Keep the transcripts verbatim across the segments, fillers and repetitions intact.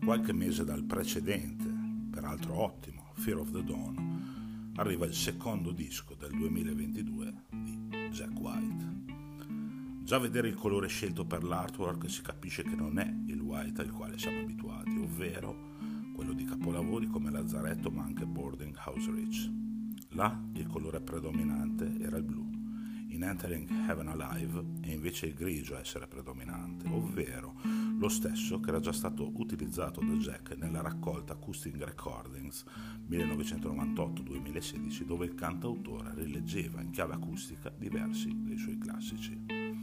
Qualche mese dal precedente, peraltro ottimo, Fear of the Dawn, arriva il secondo disco del duemilaventidue di Jack White. Già a vedere il colore scelto per l'artwork si capisce che non è il White al quale siamo abituati, ovvero quello di capolavori come Lazzaretto ma anche Boarding House Rich. Là il colore predominante era il blu, in Entering Heaven Alive è invece il grigio a essere predominante, ovvero lo stesso che era già stato utilizzato da Jack nella raccolta Acoustic Recordings millenovecentonovantotto duemilasedici, dove il cantautore rileggeva in chiave acustica diversi dei suoi classici.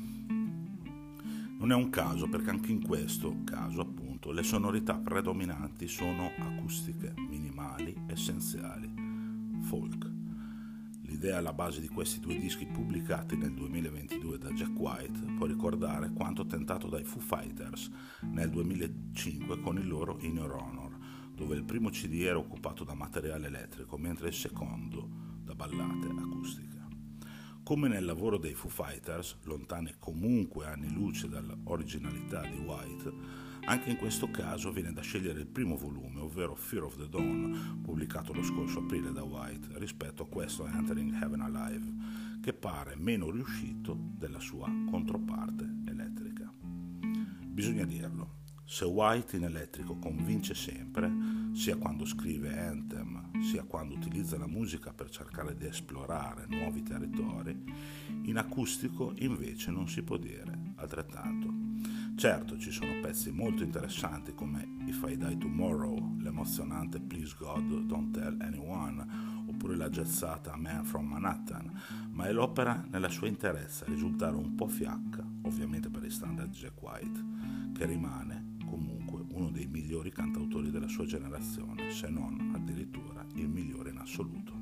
Non è un caso perché anche in questo caso, appunto, le sonorità predominanti sono acustiche, minimali, essenziali, folk. L'idea alla base di questi due dischi pubblicati nel duemilaventidue da Jack White può ricordare quanto tentato dai Foo Fighters nel duemilacinque con il loro In Your Honor, dove il primo C D era occupato da materiale elettrico mentre il secondo da ballate acustiche. Come nel lavoro dei Foo Fighters, lontani comunque anni luce dall'originalità di White, anche in questo caso viene da scegliere il primo volume, ovvero Fear of the Dawn, pubblicato lo scorso aprile da White, rispetto a questo Entering Heaven Alive, che pare meno riuscito della sua controparte elettrica. Bisogna dirlo, se White in elettrico convince sempre, sia quando scrive Anthem, sia quando utilizza la musica per cercare di esplorare nuovi territori, in acustico invece non si può dire altrettanto. Certo, ci sono pezzi molto interessanti come If I Die Tomorrow, l'emozionante Please God Don't Tell Anyone, oppure la jazzata Man from Manhattan, ma è l'opera nella sua interezza risultare un po' fiacca, ovviamente per i standard di Jack White, che rimane comunque uno dei migliori cantautori della sua generazione, se non addirittura il migliore in assoluto.